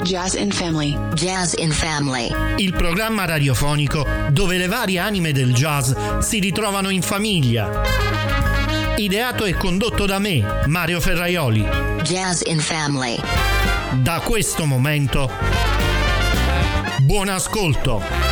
Jazz in Family. Jazz in Family. Il programma radiofonico dove le varie anime del jazz si ritrovano in famiglia. Ideato e condotto da me, Mario Ferraioli. Jazz in Family. Da questo momento, buon ascolto.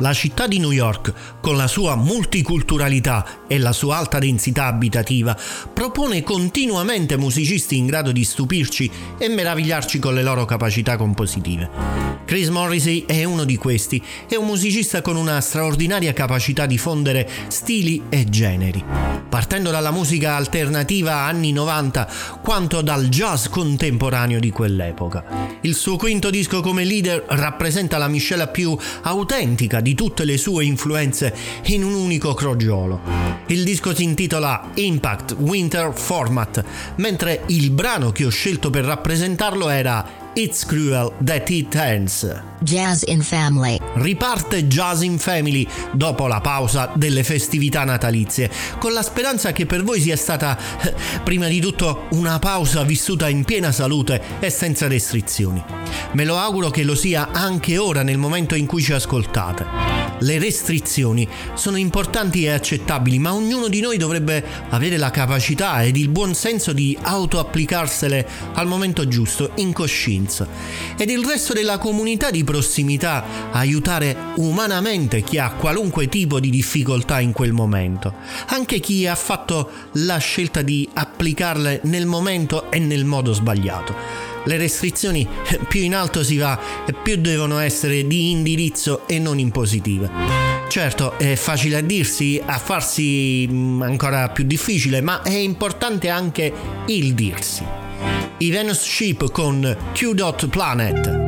La città di New York, con la sua multiculturalità e la sua alta densità abitativa, propone continuamente musicisti in grado di stupirci e meravigliarci con le loro capacità compositive. Chris Morrissey è uno di questi, è un musicista con una straordinaria capacità di fondere stili e generi, partendo dalla musica alternativa anni 90 quanto dal jazz contemporaneo di quell'epoca. Il suo quinto disco come leader rappresenta la miscela più autentica di tutte le sue influenze in un unico crogiolo. Il disco si intitola Impact Winter Format, mentre il brano che ho scelto per rappresentarlo era It's Cruel That It Ends. Jazz in Family. Riparte Jazz in Family dopo la pausa delle festività natalizie, con la speranza che per voi sia stata prima di tutto una pausa vissuta in piena salute e senza restrizioni. Me lo auguro che lo sia anche ora nel momento in cui ci ascoltate. Le restrizioni sono importanti e accettabili, ma ognuno di noi dovrebbe avere la capacità ed il buon senso di autoapplicarsele al momento giusto, in coscienza. Ed il resto della comunità di prossimità aiutare umanamente chi ha qualunque tipo di difficoltà in quel momento, anche chi ha fatto la scelta di applicarle nel momento e nel modo sbagliato. Le restrizioni, più in alto si va, più devono essere di indirizzo e non impositive. Certo, è facile a dirsi, a farsi ancora più difficile, ma è importante anche il dirsi. I Venus Ship con Q. Planet.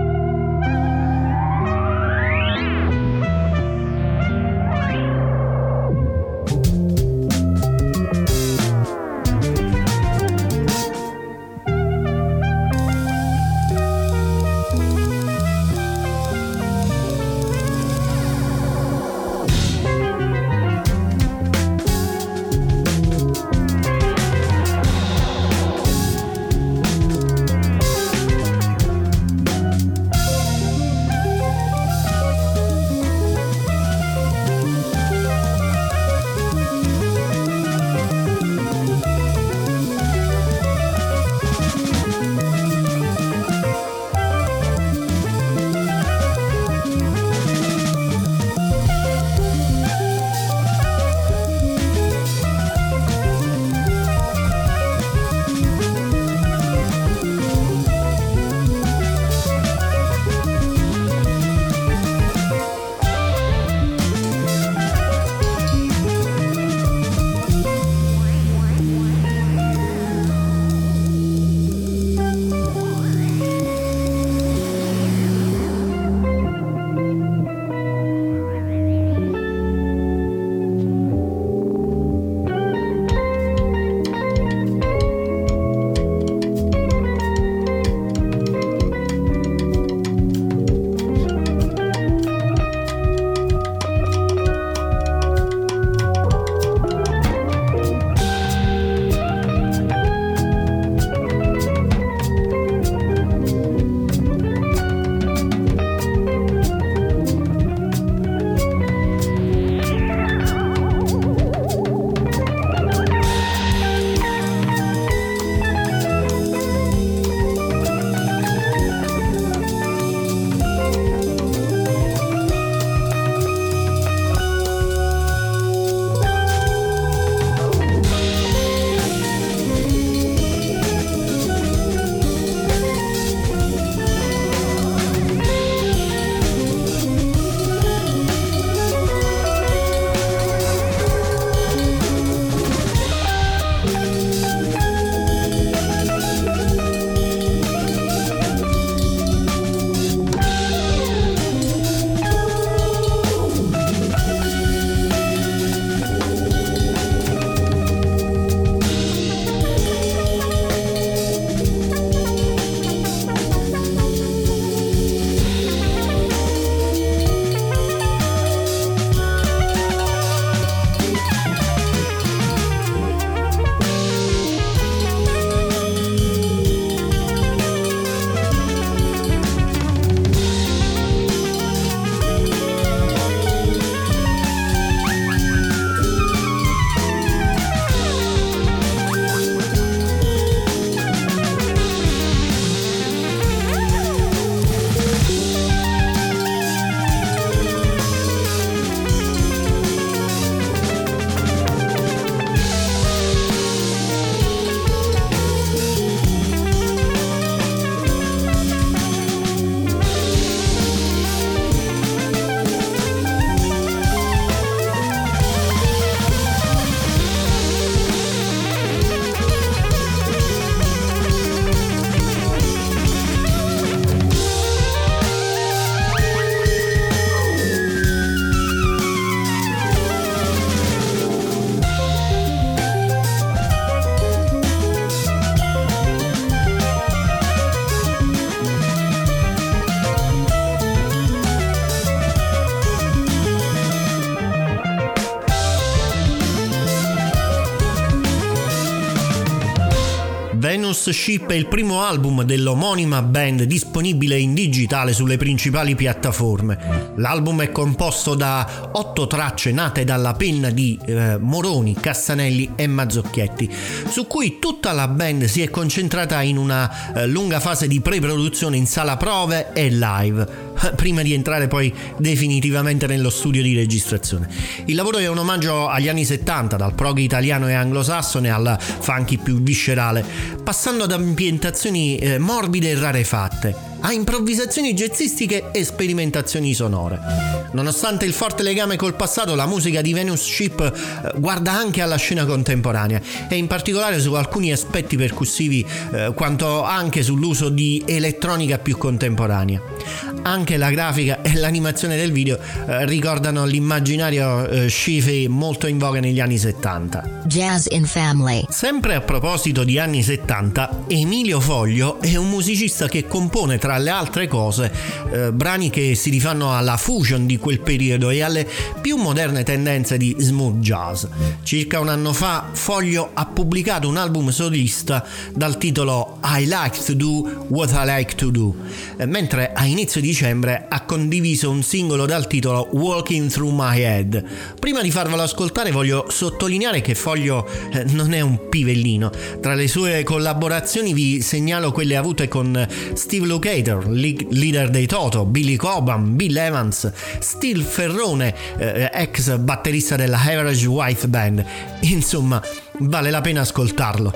Venus Ship è il primo album dell'omonima band disponibile in digitale sulle principali piattaforme. L'album è composto da 8 tracce nate dalla penna di Moroni, Cassanelli e Mazzocchetti, su cui tutta la band si è concentrata in una lunga fase di pre-produzione in sala prove e live, prima di entrare poi definitivamente nello studio di registrazione. Il lavoro è un omaggio agli anni 70, dal prog italiano e anglosassone al funky più viscerale, passando ad ambientazioni morbide e rarefatte, a improvvisazioni jazzistiche e sperimentazioni sonore. Nonostante il forte legame col passato, la musica di Venus Ship guarda anche alla scena contemporanea e in particolare su alcuni aspetti percussivi, quanto anche sull'uso di elettronica più contemporanea. Anche la grafica e l'animazione del video ricordano l'immaginario sci-fi molto in voga negli anni 70. Jazz in Family. Sempre a proposito di anni 70, Emilio Foglio è un musicista che compone, tra le altre cose, brani che si rifanno alla fusion di quel periodo e alle più moderne tendenze di smooth jazz. Circa un anno fa Foglio ha pubblicato un album solista dal titolo I Like to Do What I Like to Do, mentre a inizio dicembre ha condiviso un singolo dal titolo Walking Through My Head. Prima di farvelo ascoltare voglio sottolineare che Foglio non è un pivellino. Tra le sue collaborazioni vi segnalo quelle avute con Steve Lukather, leader dei Toto, Billy Cobham, Bill Evans, Steve Ferrone, ex batterista della Average White Band. Insomma, vale la pena ascoltarlo.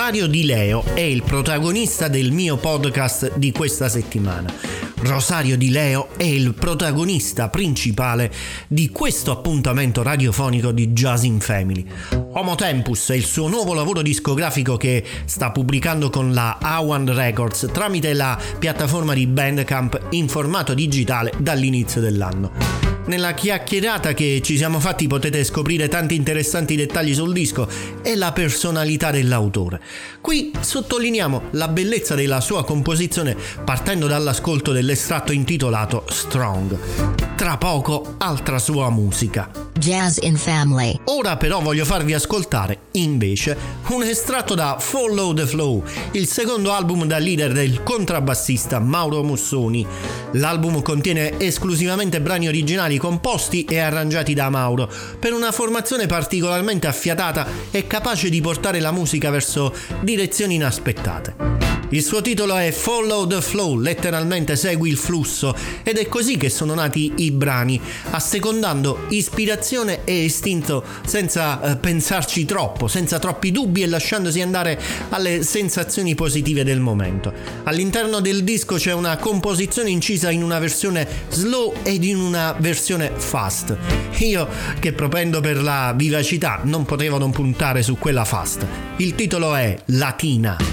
Rosario Di Leo è il protagonista del mio podcast di questa settimana. Rosario Di Leo è il protagonista principale di questo appuntamento radiofonico di Jazz in Family. Homo Tempus è il suo nuovo lavoro discografico che sta pubblicando con la A1 Records tramite la piattaforma di Bandcamp in formato digitale dall'inizio dell'anno. Nella chiacchierata che ci siamo fatti potete scoprire tanti interessanti dettagli sul disco e la personalità dell'autore. Qui sottolineiamo la bellezza della sua composizione partendo dall'ascolto dell'estratto intitolato Strong. Tra poco altra sua musica. Jazz in Family. Ora però voglio farvi ascoltare invece un estratto da Follow the Flow, il secondo album da leader del contrabbassista Mauro Mussoni. L'album contiene esclusivamente brani originali composti e arrangiati da Mauro, per una formazione particolarmente affiatata e capace di portare la musica verso direzioni inaspettate. Il suo titolo è Follow the Flow, letteralmente segui il flusso, ed è così che sono nati i brani, assecondando ispirazione e istinto senza pensarci troppo, senza troppi dubbi e lasciandosi andare alle sensazioni positive del momento. All'interno del disco c'è una composizione incisa in una versione slow ed in una versione fast. Io, che propendo per la vivacità, non potevo non puntare su quella fast. Il titolo è Latina.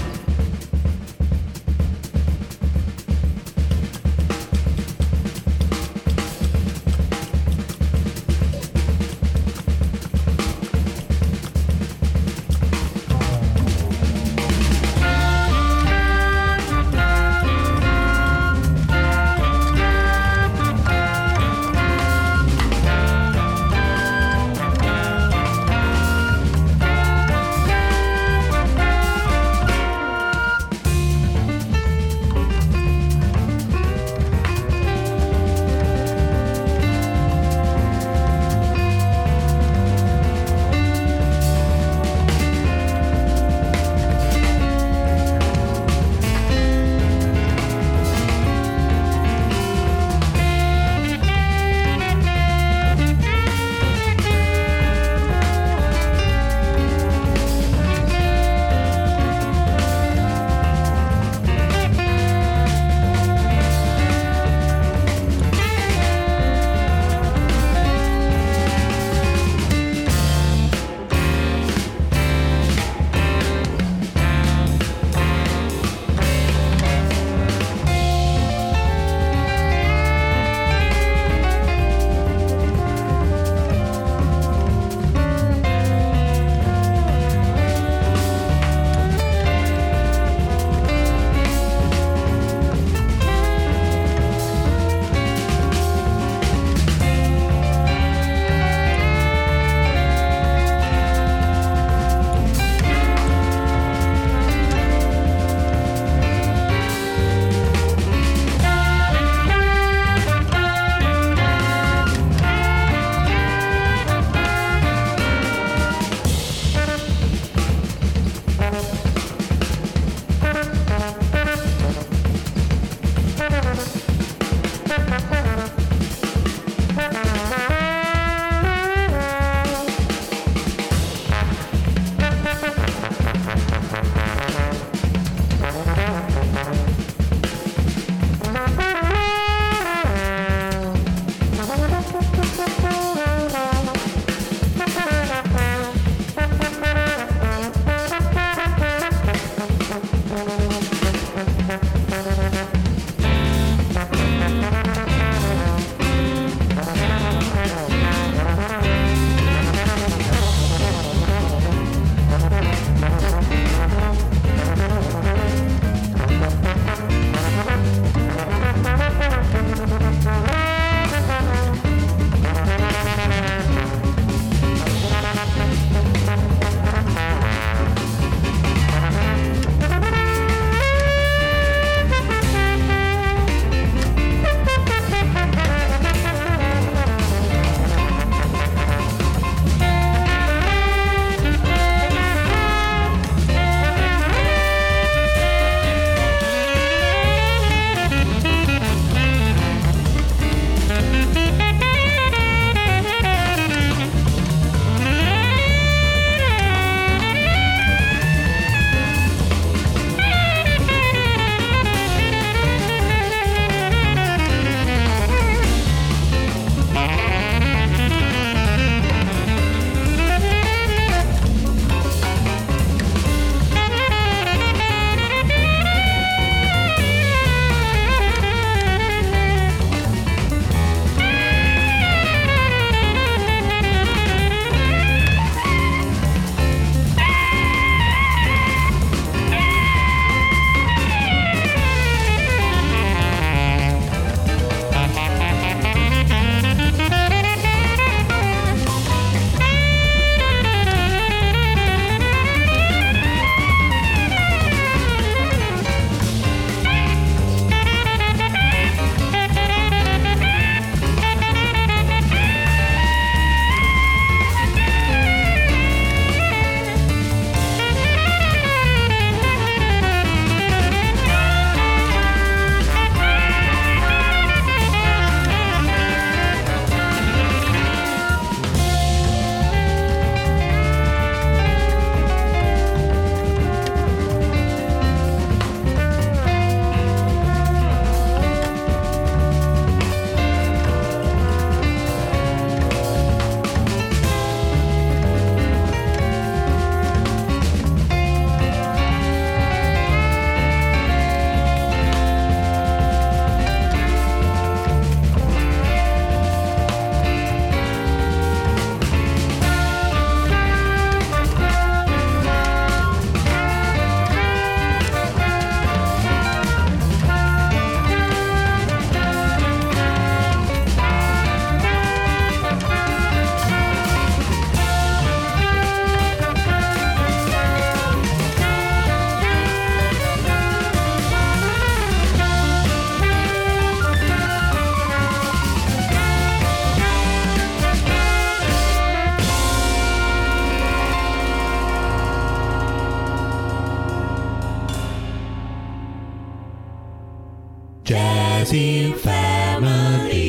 Jazzin' Family.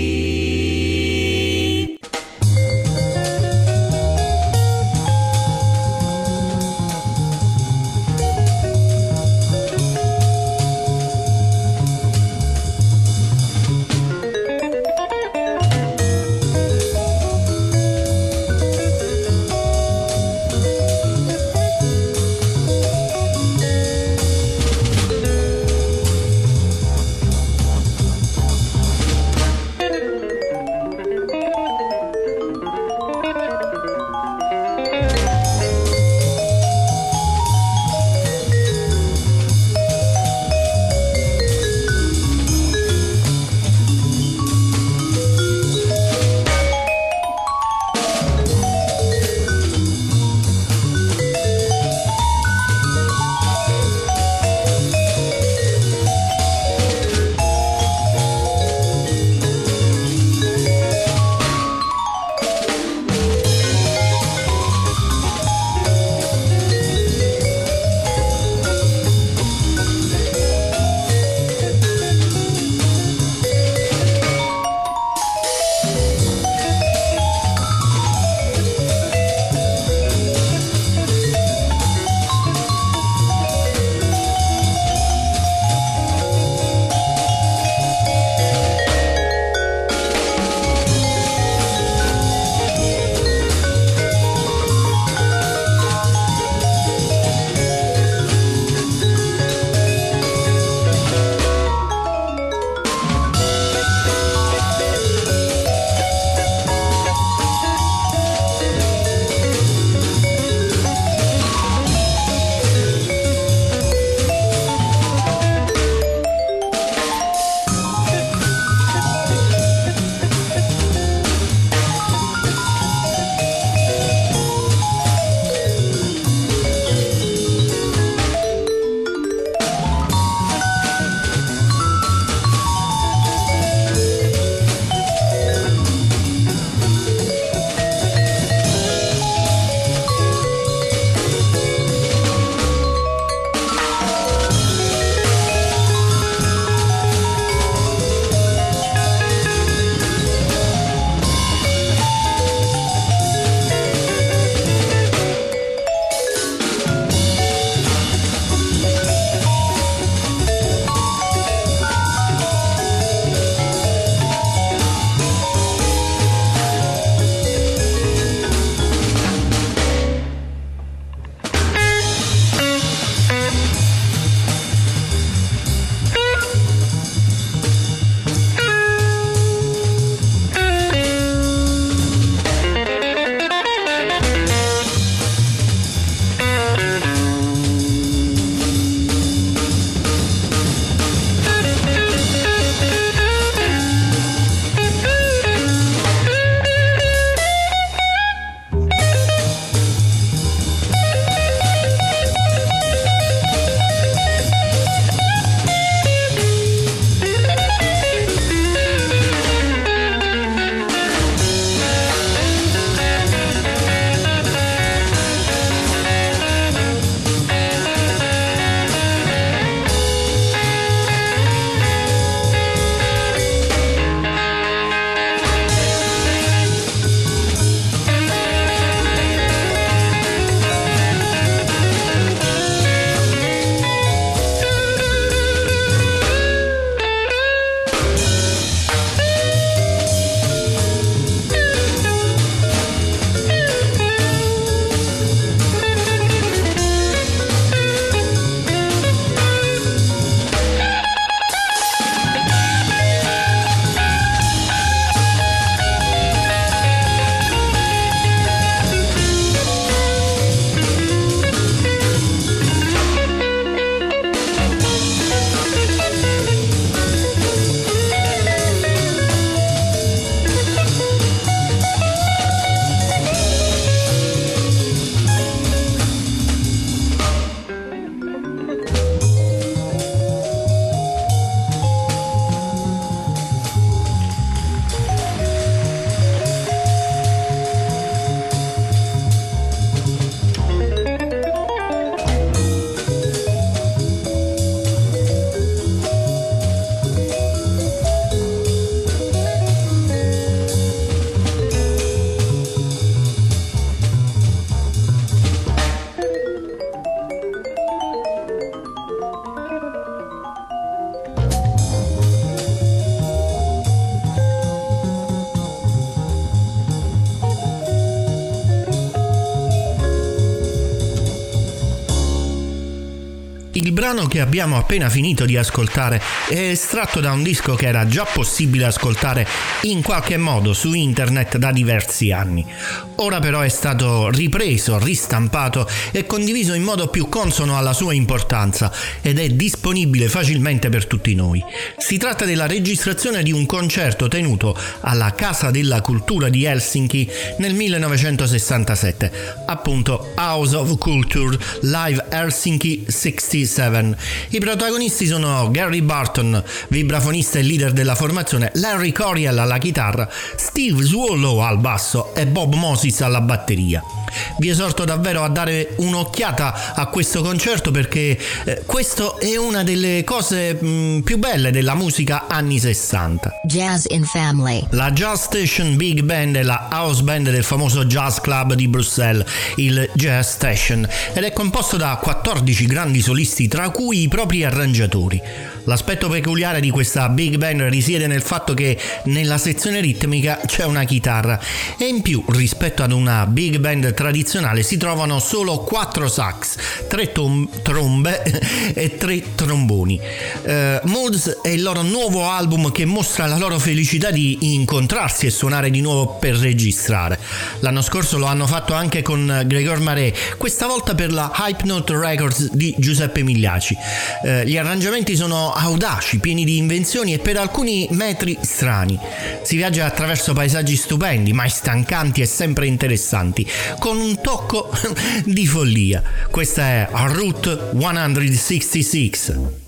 Il brano che abbiamo appena finito di ascoltare è estratto da un disco che era già possibile ascoltare in qualche modo su internet da diversi anni. Ora però è stato ripreso, ristampato e condiviso in modo più consono alla sua importanza ed è disponibile facilmente per tutti noi. Si tratta della registrazione di un concerto tenuto alla Casa della Cultura di Helsinki nel 1967, appunto House of Culture Live Helsinki 67. I protagonisti sono Gary Barton, vibrafonista e leader della formazione, Larry Coryell alla chitarra, Steve Swallow al basso e Bob Moses alla batteria. Vi esorto davvero a dare un'occhiata a questo concerto perché questo è una delle cose più belle della musica anni 60. Jazz in Family. La Jazz Station Big Band è la house band del famoso jazz club di Bruxelles, il Jazz Station, ed è composto da 14 grandi solisti, tra cui i propri arrangiatori. L'aspetto peculiare di questa big band risiede nel fatto che nella sezione ritmica c'è una chitarra e in più rispetto ad una big band tradizionale si trovano solo 4 sax, 3 trombe e 3 tromboni. Moods è il loro nuovo album che mostra la loro felicità di incontrarsi e suonare di nuovo per registrare. L'anno scorso lo hanno fatto anche con Gregor Mare, questa volta per la Hypnote Records di Giuseppe Migliaci. Gli arrangiamenti sono audaci, pieni di invenzioni e per alcuni metri strani. Si viaggia attraverso paesaggi stupendi, mai stancanti e sempre interessanti, con un tocco di follia. Questa è Route 166.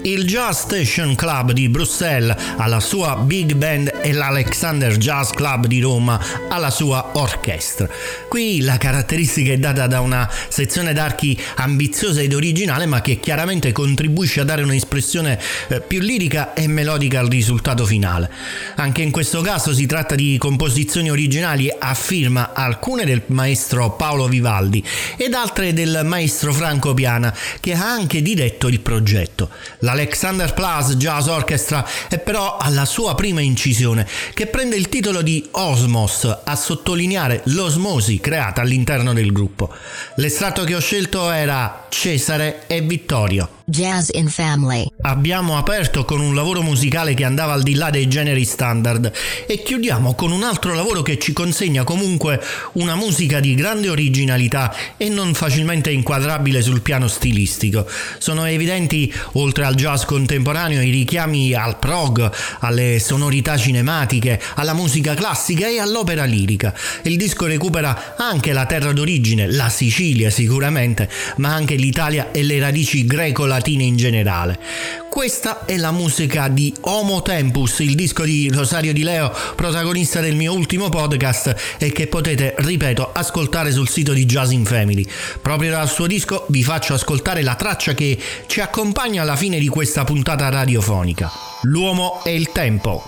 il Jazz Station Club di Bruxelles alla sua Big Band e l'Alexander Jazz Club di Roma alla sua orchestra. Qui la caratteristica è data da una sezione d'archi ambiziosa ed originale, ma che chiaramente contribuisce a dare un'espressione più lirica e melodica al risultato finale. Anche in questo caso si tratta di composizioni originali a firma, alcune del maestro Paolo Vivaldi ed altre del maestro Franco Piana, che ha anche diretto il progetto. L'Alexander Plus Jazz Orchestra è però alla sua prima incisione, che prende il titolo di Osmos, a sottolineare l'osmosi creata all'interno del gruppo. L'estratto che ho scelto era Cesare e Vittorio. Jazz in Family. Abbiamo aperto con un lavoro musicale che andava al di là dei generi standard e chiudiamo con un altro lavoro che ci consegna comunque una musica di grande originalità e non facilmente inquadrabile sul piano stilistico. Sono evidenti, oltre al jazz contemporaneo, i richiami al prog, alle sonorità cinematiche, alla musica classica e all'opera lirica. Il disco recupera anche la terra d'origine, la Sicilia sicuramente, ma anche l'Italia e le radici greco-latine in generale. Questa è la musica di Homo Tempus, il disco di Rosario Di Leo, protagonista del mio ultimo podcast e che potete, ripeto, ascoltare sul sito di Jazz in Family. Proprio dal suo disco vi faccio ascoltare la traccia che ci accompagna alla fine di questa puntata radiofonica. L'uomo e il tempo.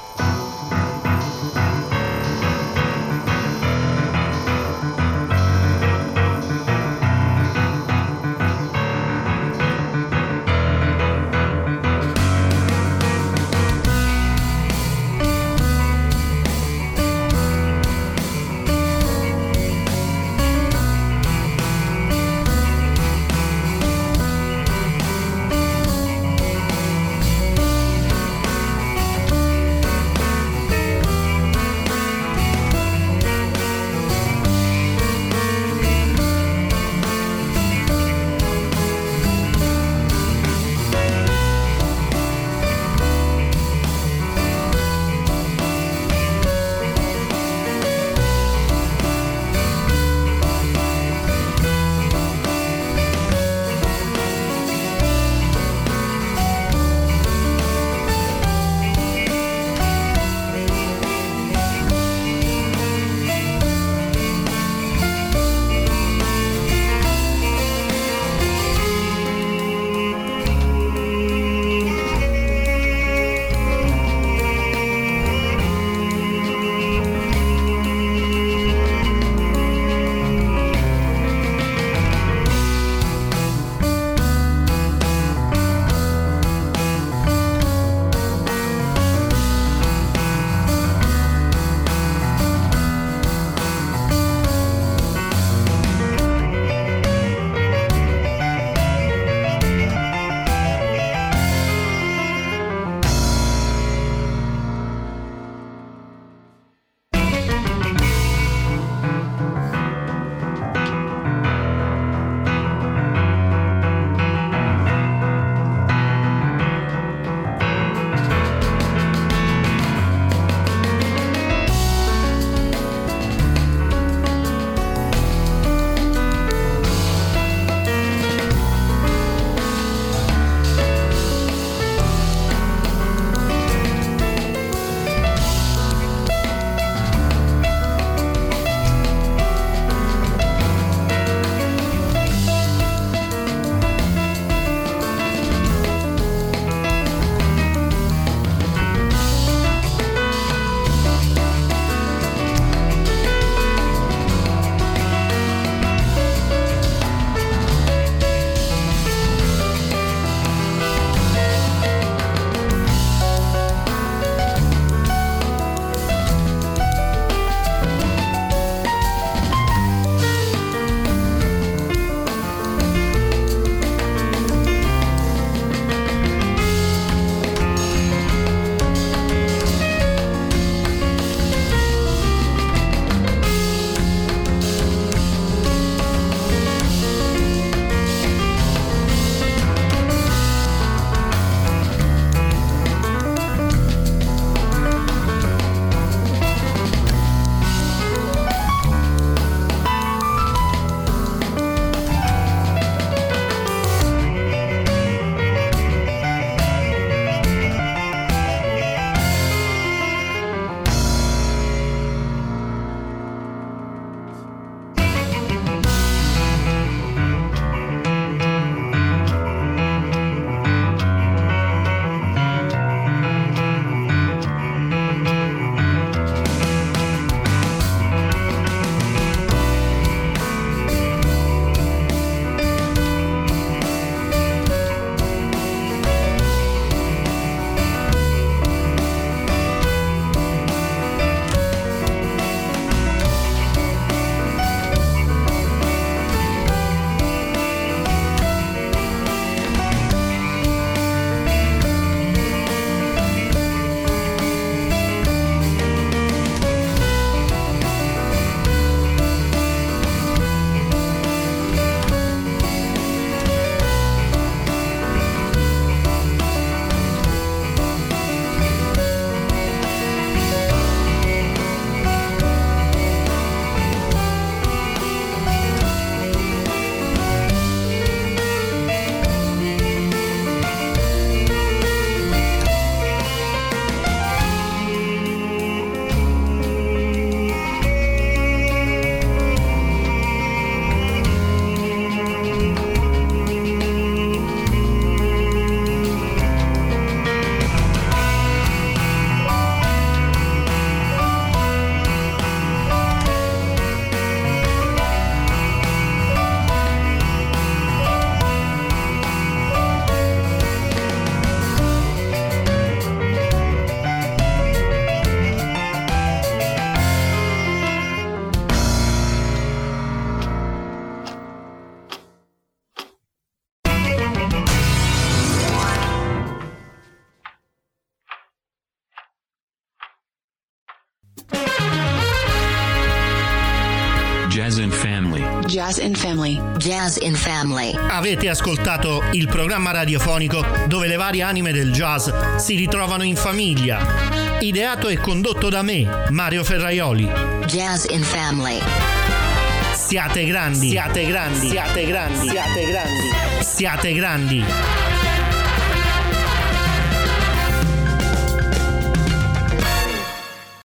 Jazz in Family. Jazz in Family. Jazz in Family. Avete ascoltato il programma radiofonico dove le varie anime del jazz si ritrovano in famiglia. Ideato e condotto da me, Mario Ferraioli. Jazz in Family. Siate grandi, siate grandi, siate grandi, siate grandi, siate grandi.